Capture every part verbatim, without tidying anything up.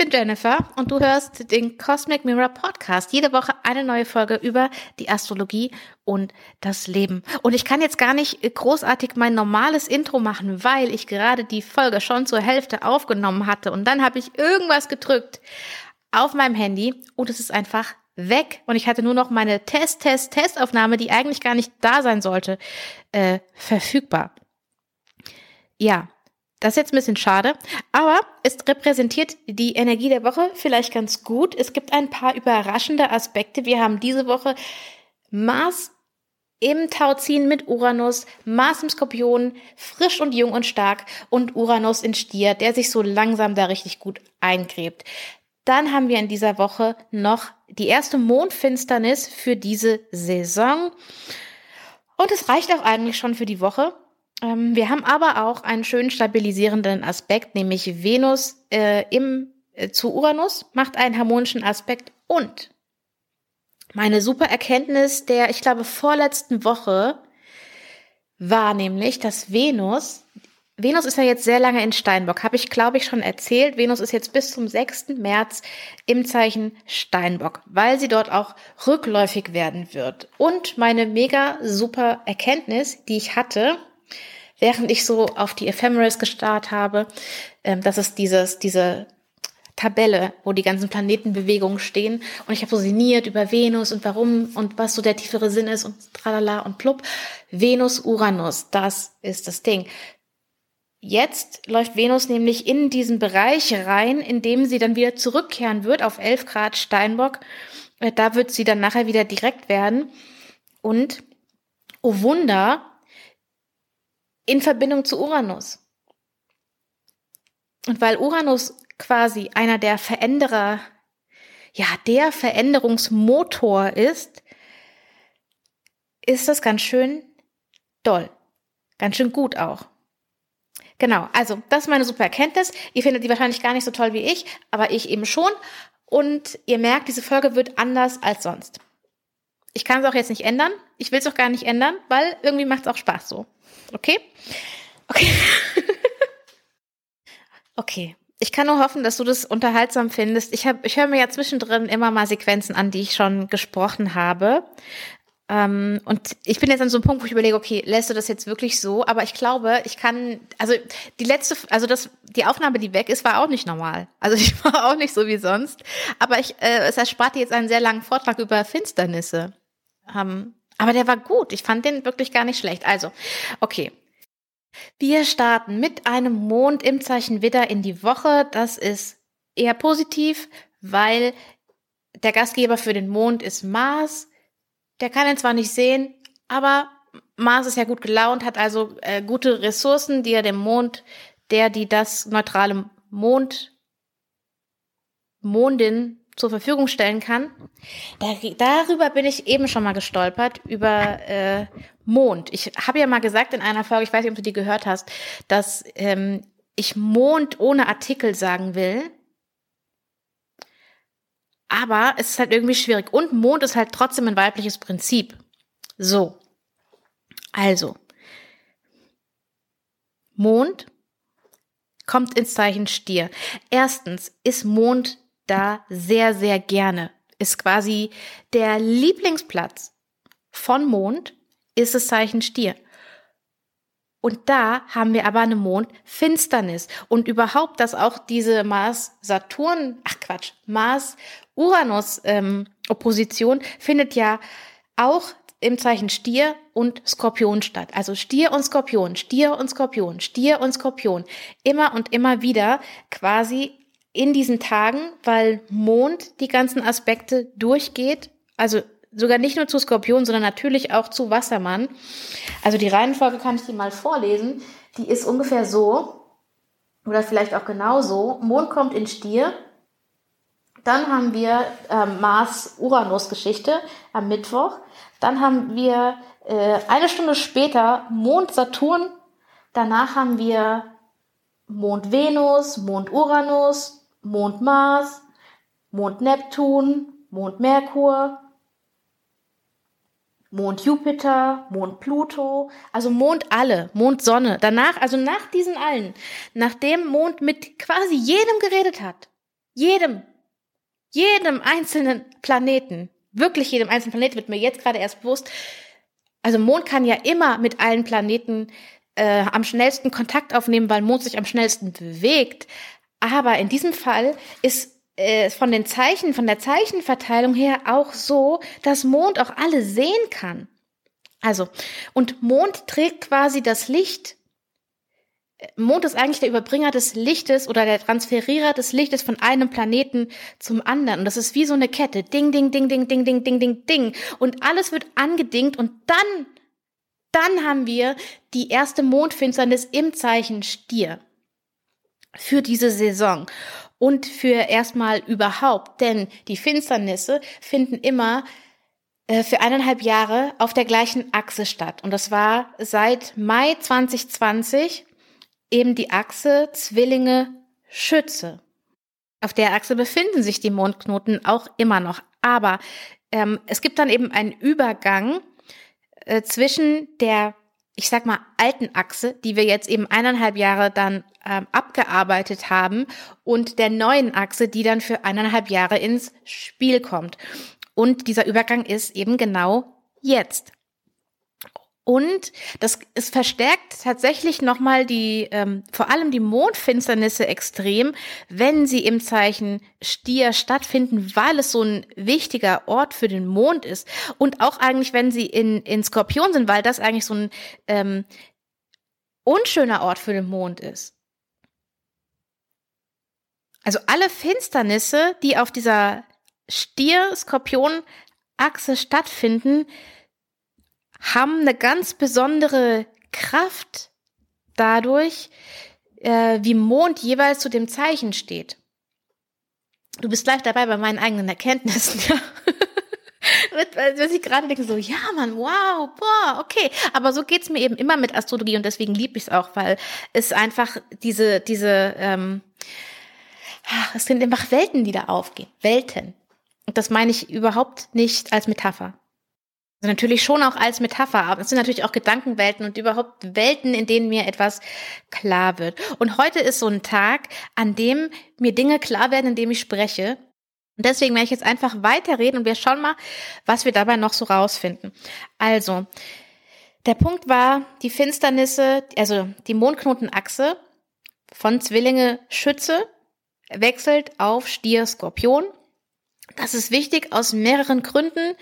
bin Jennifer und du hörst den Cosmic Mirror Podcast. Jede Woche eine neue Folge über die Astrologie und das Leben. Und ich kann jetzt gar nicht großartig mein normales Intro machen, weil ich gerade die Folge schon zur Hälfte aufgenommen hatte. Und dann habe ich irgendwas gedrückt auf meinem Handy und es ist einfach weg. Und ich hatte nur noch meine Test, Test, Testaufnahme, die eigentlich gar nicht da sein sollte, äh, verfügbar. Ja. Das ist jetzt ein bisschen schade, aber es repräsentiert die Energie der Woche vielleicht ganz gut. Es gibt ein paar überraschende Aspekte. Wir haben diese Woche Mars im Tauziehen mit Uranus, Mars im Skorpion, frisch und jung und stark und Uranus in Stier, der sich so langsam da richtig gut eingräbt. Dann haben wir in dieser Woche noch die erste Mondfinsternis für diese Saison. Und es reicht auch eigentlich schon für die Woche. Wir haben aber auch einen schönen stabilisierenden Aspekt, nämlich Venus äh, im, äh, zu Uranus macht einen harmonischen Aspekt. Und meine super Erkenntnis der, ich glaube, vorletzten Woche war nämlich, dass Venus, Venus ist ja jetzt sehr lange in Steinbock, habe ich, glaube ich, schon erzählt. Venus ist jetzt bis zum sechsten März im Zeichen Steinbock, weil sie dort auch rückläufig werden wird. Und meine mega super Erkenntnis, die ich hatte, während ich so auf die Ephemeris gestarrt habe, ähm, das ist dieses, diese Tabelle, wo die ganzen Planetenbewegungen stehen. Und ich habe so sinniert über Venus und warum und was so der tiefere Sinn ist und tralala und plupp. Venus, Uranus, das ist das Ding. Jetzt läuft Venus nämlich in diesen Bereich rein, in dem sie dann wieder zurückkehren wird auf elf Grad Steinbock. Äh, da wird sie dann nachher wieder direkt werden. Und, oh Wunder, in Verbindung zu Uranus. Und weil Uranus quasi einer der Veränderer, ja, der Veränderungsmotor ist, ist das ganz schön doll. Ganz schön gut auch. Genau, also das ist meine super Erkenntnis. Ihr findet die wahrscheinlich gar nicht so toll wie ich, aber ich eben schon. Und ihr merkt, diese Folge wird anders als sonst. Ich kann es auch jetzt nicht ändern. Ich will es auch gar nicht ändern, weil irgendwie macht es auch Spaß so. Okay? Okay. Okay. Ich kann nur hoffen, dass du das unterhaltsam findest. Ich hab, ich höre mir ja zwischendrin immer mal Sequenzen an, die ich schon gesprochen habe. Ähm, und ich bin jetzt an so einem Punkt, wo ich überlege, okay, lässt du das jetzt wirklich so? Aber ich glaube, ich kann, also die letzte, also das, die Aufnahme, die weg ist, war auch nicht normal. Also die war auch nicht so wie sonst. Aber ich, äh, es erspart dir jetzt einen sehr langen Vortrag über Finsternisse. Ähm, aber der war gut. Ich fand den wirklich gar nicht schlecht. Also, okay. Wir starten mit einem Mond im Zeichen Widder in die Woche. Das ist eher positiv, weil der Gastgeber für den Mond ist Mars. Der kann ihn zwar nicht sehen, aber Mars ist ja gut gelaunt, hat also äh, gute Ressourcen, die er dem Mond, der, die das neutrale Mond, Mondin zur Verfügung stellen kann. Dar- darüber bin ich eben schon mal gestolpert, über äh, Mond. Ich habe ja mal gesagt in einer Folge, ich weiß nicht, ob du die gehört hast, dass ähm, ich Mond ohne Artikel sagen will. Aber es ist halt irgendwie schwierig. Und Mond ist halt trotzdem ein weibliches Prinzip. So. Also. Mond kommt ins Zeichen Stier. Erstens ist Mond da sehr, sehr gerne. Ist quasi der Lieblingsplatz von Mond, ist das Zeichen Stier. Und da haben wir aber eine Mondfinsternis. Und überhaupt, dass auch diese Mars-Saturn, ach Quatsch, Mars-Uranus-Opposition ähm, findet ja auch im Zeichen Stier und Skorpion statt. Also Stier und Skorpion, Stier und Skorpion, Stier und Skorpion. Immer und immer wieder quasi in diesen Tagen, weil Mond die ganzen Aspekte durchgeht, also sogar nicht nur zu Skorpion, sondern natürlich auch zu Wassermann. Also die Reihenfolge kann ich dir mal vorlesen. Die ist ungefähr so, oder vielleicht auch genau so. Mond kommt in Stier. Dann haben wir äh, Mars-Uranus-Geschichte am Mittwoch. Dann haben wir äh, eine Stunde später Mond-Saturn. Danach haben wir Mond-Venus, Mond-Uranus, Mond-Mars, Mond-Neptun, Mond-Merkur, Mond-Jupiter, Mond-Pluto, also Mond alle, Mond-Sonne. Danach, also nach diesen allen, nachdem Mond mit quasi jedem geredet hat, Jedem, jedem einzelnen Planeten, wirklich jedem einzelnen Planeten wird mir jetzt gerade erst bewusst, also Mond kann ja immer mit allen Planeten äh, am schnellsten Kontakt aufnehmen, weil Mond sich am schnellsten bewegt. Aber in diesem Fall ist äh, von den Zeichen, von der Zeichenverteilung her auch so, dass Mond auch alle sehen kann. Also, und Mond trägt quasi das Licht. Mond ist eigentlich der Überbringer des Lichtes oder der Transferierer des Lichtes von einem Planeten zum anderen. Und das ist wie so eine Kette. Ding, ding, ding, ding, ding, ding, ding, ding, ding. Und alles wird angedingt und dann, dann haben wir die erste Mondfinsternis im Zeichen Stier für diese Saison und für erstmal überhaupt. Denn die Finsternisse finden immer äh, für eineinhalb Jahre auf der gleichen Achse statt. Und das war seit Mai zwanzig zwanzig eben die Achse Zwillinge Schütze. Auf der Achse befinden sich die Mondknoten auch immer noch. Aber ähm, es gibt dann eben einen Übergang äh, zwischen der, ich sag mal, alten Achse, die wir jetzt eben eineinhalb Jahre dann ähm, abgearbeitet haben, und der neuen Achse, die dann für eineinhalb Jahre ins Spiel kommt. Und dieser Übergang ist eben genau jetzt. Und das es verstärkt tatsächlich nochmal die, ähm, vor allem die Mondfinsternisse extrem, wenn sie im Zeichen Stier stattfinden, weil es so ein wichtiger Ort für den Mond ist. Und auch eigentlich, wenn sie in, in Skorpion sind, weil das eigentlich so ein ähm, unschöner Ort für den Mond ist. Also alle Finsternisse, die auf dieser Stier-Skorpion-Achse stattfinden, haben eine ganz besondere Kraft dadurch, äh, wie Mond jeweils zu dem Zeichen steht. Du bist live dabei bei meinen eigenen Erkenntnissen, ja. Dass ich gerade denke so, ja Mann, wow, boah, okay. Aber so geht's mir eben immer mit Astrologie und deswegen liebe ich es auch, weil es einfach diese, diese, ähm, es sind einfach Welten, die da aufgehen. Welten. Und das meine ich überhaupt nicht als Metapher. Also natürlich schon auch als Metapher, aber es sind natürlich auch Gedankenwelten und überhaupt Welten, in denen mir etwas klar wird. Und heute ist so ein Tag, an dem mir Dinge klar werden, indem ich spreche. Und deswegen werde ich jetzt einfach weiterreden und wir schauen mal, was wir dabei noch so rausfinden. Also, der Punkt war, die Finsternisse, also die Mondknotenachse von Zwillinge Schütze wechselt auf Stier Skorpion. Das ist wichtig aus mehreren Gründen.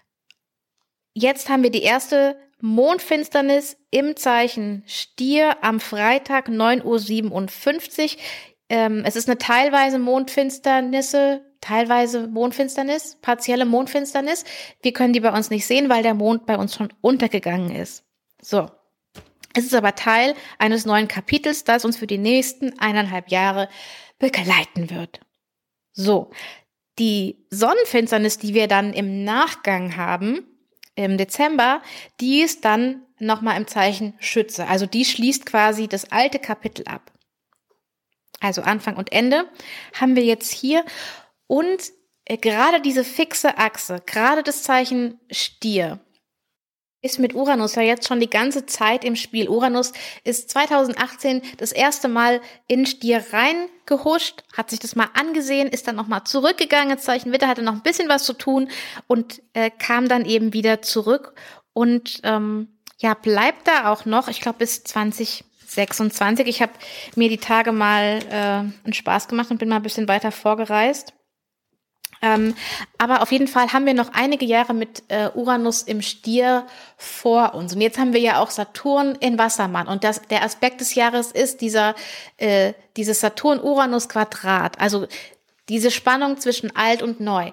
Jetzt haben wir die erste Mondfinsternis im Zeichen Stier am Freitag neun Uhr siebenundfünfzig. Ähm, es ist eine teilweise Mondfinsternisse, teilweise Mondfinsternis, partielle Mondfinsternis. Wir können die bei uns nicht sehen, weil der Mond bei uns schon untergegangen ist. So. Es ist aber Teil eines neuen Kapitels, das uns für die nächsten eineinhalb Jahre begleiten wird. So. Die Sonnenfinsternis, die wir dann im Nachgang haben, im Dezember, die ist dann nochmal im Zeichen Schütze. Also die schließt quasi das alte Kapitel ab. Also Anfang und Ende haben wir jetzt hier. Und äh, gerade diese fixe Achse, gerade das Zeichen Stier, ist mit Uranus ja jetzt schon die ganze Zeit im Spiel. Uranus ist zweitausendachtzehn das erste Mal in Stier reingehuscht, hat sich das mal angesehen, ist dann nochmal zurückgegangen ins Zeichen Widder, hatte noch ein bisschen was zu tun und äh, kam dann eben wieder zurück und ähm, ja, bleibt da auch noch, ich glaube bis zwanzig sechsundzwanzig. Ich habe mir die Tage mal äh, einen Spaß gemacht und bin mal ein bisschen weiter vorgereist. Ähm, aber auf jeden Fall haben wir noch einige Jahre mit äh, Uranus im Stier vor uns. Und jetzt haben wir ja auch Saturn in Wassermann. Und das, der Aspekt des Jahres ist dieser, äh, dieses Saturn-Uranus-Quadrat. Also diese Spannung zwischen alt und neu.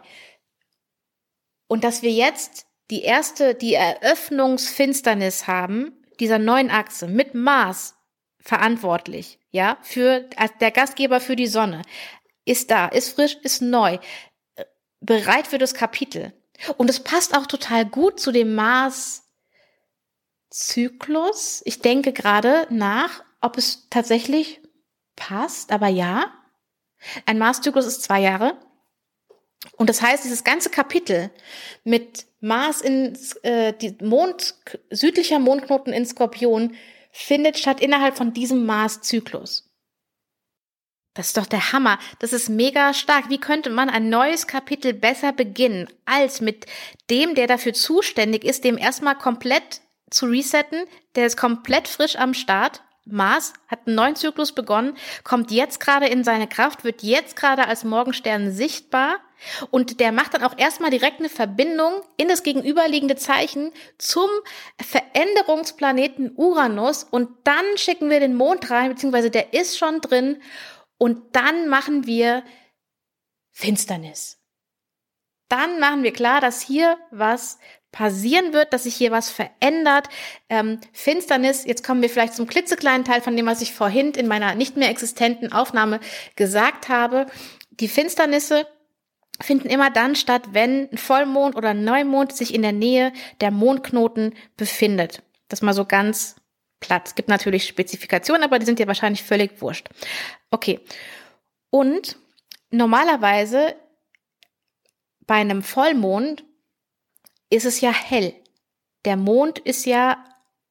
Und dass wir jetzt die erste, die Eröffnungsfinsternis haben, dieser neuen Achse mit Mars verantwortlich, ja, für, als der Gastgeber für die Sonne, ist da, ist frisch, ist neu, bereit für das Kapitel. Und es passt auch total gut zu dem Mars-Zyklus. Ich denke gerade nach, ob es tatsächlich passt, aber ja. Ein Mars-Zyklus ist zwei Jahre. Und das heißt, dieses ganze Kapitel mit Mars in äh, die Mond, südlicher Mondknoten in Skorpion findet statt innerhalb von diesem Mars-Zyklus. Das ist doch der Hammer. Das ist mega stark. Wie könnte man ein neues Kapitel besser beginnen, als mit dem, der dafür zuständig ist, dem erstmal komplett zu resetten? Der ist komplett frisch am Start. Mars hat einen neuen Zyklus begonnen, kommt jetzt gerade in seine Kraft, wird jetzt gerade als Morgenstern sichtbar und der macht dann auch erstmal direkt eine Verbindung in das gegenüberliegende Zeichen zum Veränderungsplaneten Uranus und dann schicken wir den Mond rein, beziehungsweise der ist schon drin und dann machen wir Finsternis. Dann machen wir klar, dass hier was passieren wird, dass sich hier was verändert. Ähm, Finsternis, jetzt kommen wir vielleicht zum klitzekleinen Teil von dem, was ich vorhin in meiner nicht mehr existenten Aufnahme gesagt habe. Die Finsternisse finden immer dann statt, wenn ein Vollmond oder ein Neumond sich in der Nähe der Mondknoten befindet. Das mal so ganz platt. Es gibt natürlich Spezifikationen, aber die sind dir wahrscheinlich völlig wurscht. Okay. Und normalerweise bei einem Vollmond ist es ja hell. Der Mond ist ja,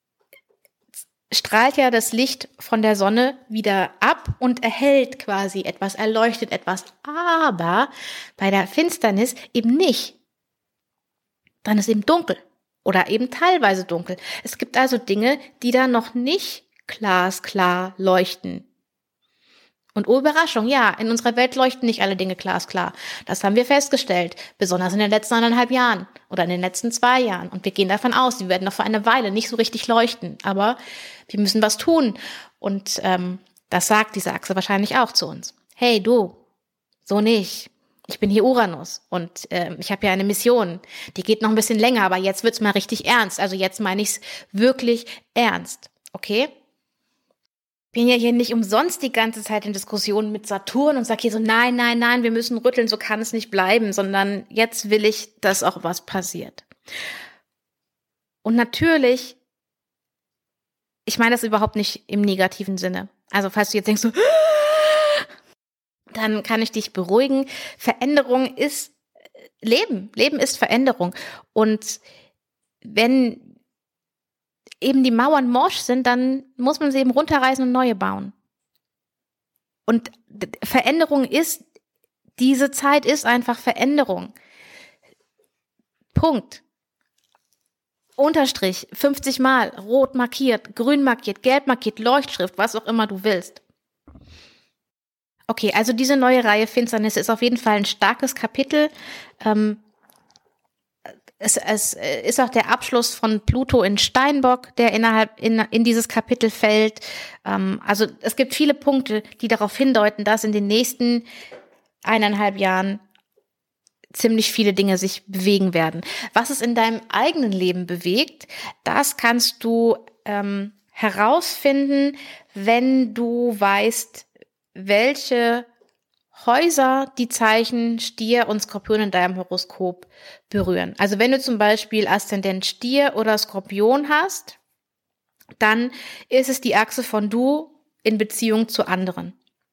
strahlt ja das Licht von der Sonne wieder ab und erhellt quasi etwas, erleuchtet etwas. Aber bei der Finsternis eben nicht. Dann ist eben dunkel oder eben teilweise dunkel. Es gibt also Dinge, die da noch nicht glasklar leuchten. Und oh Überraschung, ja, in unserer Welt leuchten nicht alle Dinge glasklar. Das haben wir festgestellt, besonders in den letzten anderthalb Jahren oder in den letzten zwei Jahren. Und wir gehen davon aus, die werden noch für eine Weile nicht so richtig leuchten. Aber wir müssen was tun. Und ähm, das sagt diese Achse wahrscheinlich auch zu uns. Hey du, so nicht. Ich bin hier Uranus und äh, ich habe ja eine Mission. Die geht noch ein bisschen länger, aber jetzt wird's mal richtig ernst. Also jetzt meine ich's wirklich ernst. Okay? Ich bin ja hier nicht umsonst die ganze Zeit in Diskussionen mit Saturn und sage hier so, nein, nein, nein, wir müssen rütteln, so kann es nicht bleiben, sondern jetzt will ich, dass auch was passiert. Und natürlich, ich meine das überhaupt nicht im negativen Sinne. Also falls du jetzt denkst so, dann kann ich dich beruhigen. Veränderung ist Leben. Leben ist Veränderung. Und wenn eben die Mauern morsch sind, dann muss man sie eben runterreißen und neue bauen. Und Veränderung ist, diese Zeit ist einfach Veränderung. Punkt. Unterstrich, fünfzig Mal, rot markiert, grün markiert, gelb markiert, Leuchtschrift, was auch immer du willst. Okay, also diese neue Reihe Finsternis ist auf jeden Fall ein starkes Kapitel. Ähm, Es, es ist auch der Abschluss von Pluto in Steinbock, der innerhalb in, in dieses Kapitel fällt. Ähm, also es gibt viele Punkte, die darauf hindeuten, dass in den nächsten eineinhalb Jahren ziemlich viele Dinge sich bewegen werden. Was es in deinem eigenen Leben bewegt, das kannst du ähm, herausfinden, wenn du weißt, welche Häuser, die Zeichen Stier und Skorpion in deinem Horoskop berühren. Also wenn du zum Beispiel Aszendent Stier oder Skorpion hast, dann ist es die Achse von Du in Beziehung zu anderen.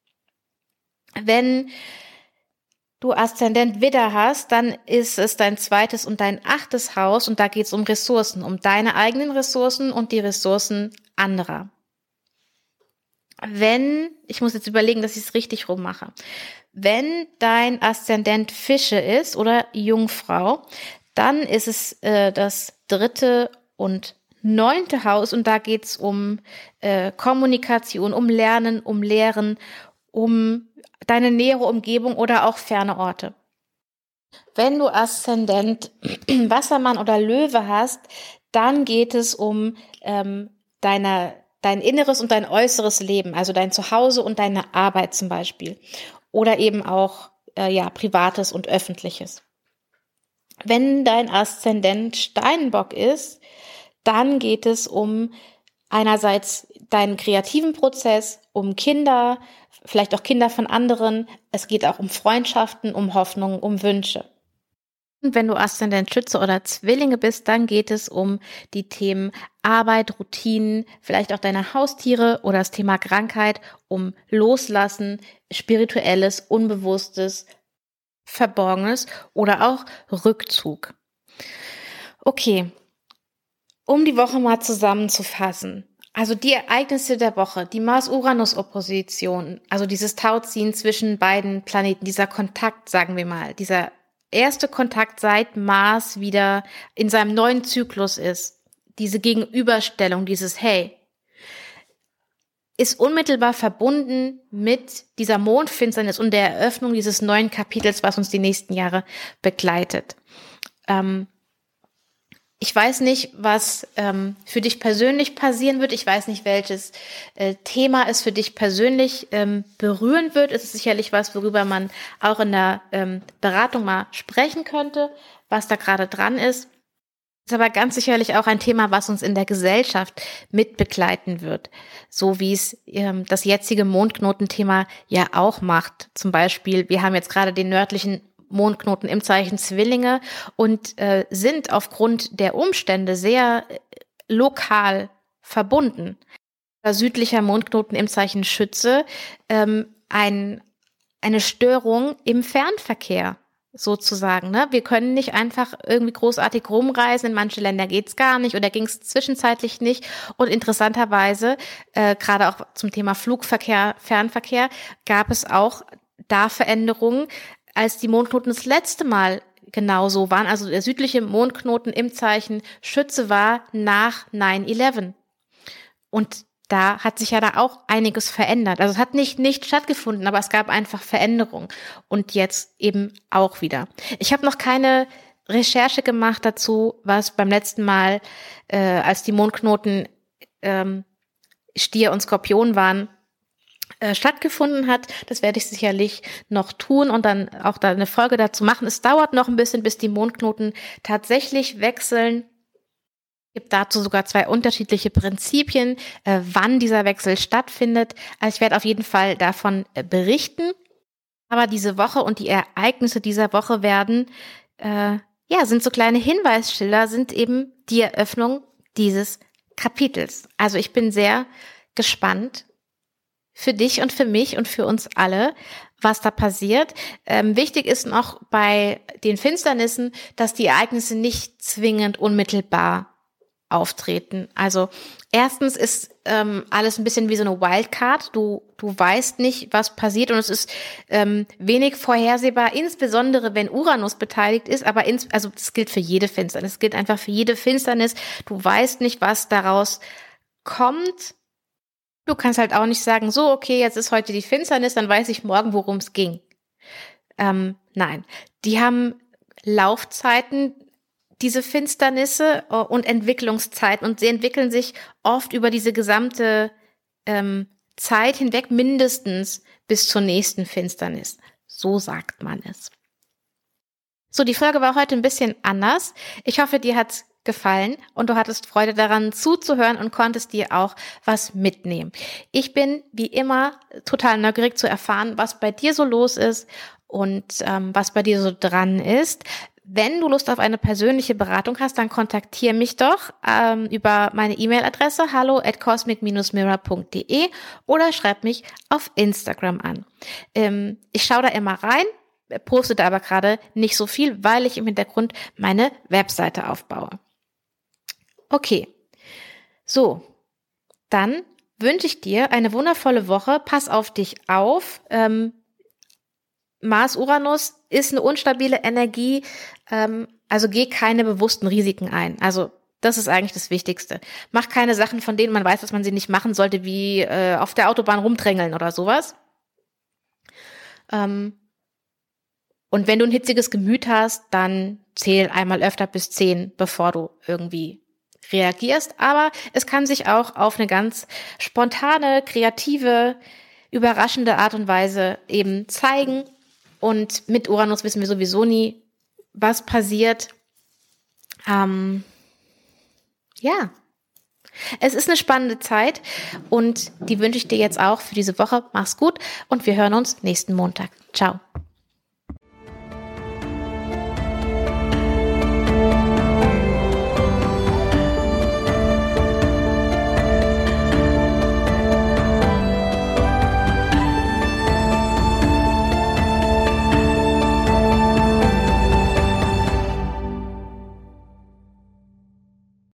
Wenn du Aszendent Widder hast, dann ist es dein zweites und dein achtes Haus und da geht es um Ressourcen, um deine eigenen Ressourcen und die Ressourcen anderer. Wenn, ich muss jetzt überlegen, dass ich es richtig rummache, wenn dein Aszendent Fische ist oder Jungfrau, dann ist es äh, das dritte und neunte Haus und da geht's um äh, Kommunikation, um Lernen, um Lehren, um deine nähere Umgebung oder auch ferne Orte. Wenn du Aszendent Wassermann oder Löwe hast, dann geht es um ähm, deine dein inneres und dein äußeres Leben, also dein Zuhause und deine Arbeit zum Beispiel. Oder eben auch äh, ja Privates und Öffentliches. Wenn dein Aszendent Steinbock ist, dann geht es um einerseits deinen kreativen Prozess, um Kinder, vielleicht auch Kinder von anderen. Es geht auch um Freundschaften, um Hoffnungen, um Wünsche. Und wenn du Aszendent Schütze oder Zwillinge bist, dann geht es um die Themen Arbeit, Routinen, vielleicht auch deine Haustiere oder das Thema Krankheit, um Loslassen, Spirituelles, Unbewusstes, Verborgenes oder auch Rückzug. Okay, um die Woche mal zusammenzufassen. Also die Ereignisse der Woche, die Mars-Uranus-Opposition, also dieses Tauziehen zwischen beiden Planeten, dieser Kontakt, sagen wir mal, dieser erste Kontakt seit Mars wieder in seinem neuen Zyklus ist, diese Gegenüberstellung, dieses Hey, ist unmittelbar verbunden mit dieser Mondfinsternis und der Eröffnung dieses neuen Kapitels, was uns die nächsten Jahre begleitet. Ähm, Ich weiß nicht, was ähm, für dich persönlich passieren wird. Ich weiß nicht, welches äh, Thema es für dich persönlich ähm, berühren wird. Es ist sicherlich was, worüber man auch in der ähm, Beratung mal sprechen könnte, was da gerade dran ist. Es ist aber ganz sicherlich auch ein Thema, was uns in der Gesellschaft mitbegleiten wird. So wie es ähm, das jetzige Mondknotenthema ja auch macht. Zum Beispiel, wir haben jetzt gerade den nördlichen Mondknoten im Zeichen Zwillinge und äh, sind aufgrund der Umstände sehr äh, lokal verbunden. Südlicher Mondknoten im Zeichen Schütze, ähm, ein, eine Störung im Fernverkehr sozusagen. Ne? Wir können nicht einfach irgendwie großartig rumreisen, in manche Länder geht's gar nicht oder ging's zwischenzeitlich nicht. Und interessanterweise, äh, gerade auch zum Thema Flugverkehr, Fernverkehr, gab es auch da Veränderungen, als die Mondknoten das letzte Mal genauso waren, also der südliche Mondknoten im Zeichen Schütze war nach nine eleven. Und da hat sich ja da auch einiges verändert. Also es hat nicht nicht stattgefunden, aber es gab einfach Veränderungen. Und jetzt eben auch wieder. Ich habe noch keine Recherche gemacht dazu, was beim letzten Mal, äh, als die Mondknoten ähm, Stier und Skorpion waren, stattgefunden hat. Das werde ich sicherlich noch tun und dann auch da eine Folge dazu machen. Es dauert noch ein bisschen, bis die Mondknoten tatsächlich wechseln. Es gibt dazu sogar zwei unterschiedliche Prinzipien, äh, wann dieser Wechsel stattfindet. Also ich werde auf jeden Fall davon äh, berichten. Aber diese Woche und die Ereignisse dieser Woche werden, äh, ja, sind so kleine Hinweisschilder, sind eben die Eröffnung dieses Kapitels. Also ich bin sehr gespannt, für dich und für mich und für uns alle, was da passiert. Ähm, wichtig ist noch bei den Finsternissen, dass die Ereignisse nicht zwingend unmittelbar auftreten. Also erstens ist ähm, alles ein bisschen wie so eine Wildcard. Du du weißt nicht, was passiert und es ist ähm, wenig vorhersehbar, insbesondere wenn Uranus beteiligt ist. Aber ins, also das gilt für jede Finsternis. Das gilt einfach für jede Finsternis. Du weißt nicht, was daraus kommt. Du kannst halt auch nicht sagen, so, okay, jetzt ist heute die Finsternis, dann weiß ich morgen, worum es ging. Ähm, nein, die haben Laufzeiten, diese Finsternisse und Entwicklungszeiten und sie entwickeln sich oft über diese gesamte ähm, Zeit hinweg, mindestens bis zur nächsten Finsternis. So sagt man es. So, die Folge war heute ein bisschen anders. Ich hoffe, dir hat's gefallen und du hattest Freude daran zuzuhören und konntest dir auch was mitnehmen. Ich bin wie immer total neugierig zu erfahren, was bei dir so los ist und ähm, was bei dir so dran ist. Wenn du Lust auf eine persönliche Beratung hast, dann kontaktiere mich doch ähm, über meine E-Mail-Adresse hallo at cosmic dash mirror punkt de oder schreib mich auf Instagram an. Ähm, ich schaue da immer rein, poste da aber gerade nicht so viel, weil ich im Hintergrund meine Webseite aufbaue. Okay, so, dann wünsche ich dir eine wundervolle Woche. Pass auf dich auf. Ähm, Mars-Uranus ist eine unstabile Energie, ähm, also geh keine bewussten Risiken ein. Also das ist eigentlich das Wichtigste. Mach keine Sachen, von denen man weiß, dass man sie nicht machen sollte, wie äh, auf der Autobahn rumdrängeln oder sowas. Ähm, und wenn du ein hitziges Gemüt hast, dann zähl einmal öfter bis zehn, bevor du irgendwie reagierst, aber es kann sich auch auf eine ganz spontane, kreative, überraschende Art und Weise eben zeigen und mit Uranus wissen wir sowieso nie, was passiert. Ähm, ja, es ist eine spannende Zeit und die wünsche ich dir jetzt auch für diese Woche. Mach's gut und wir hören uns nächsten Montag. Ciao.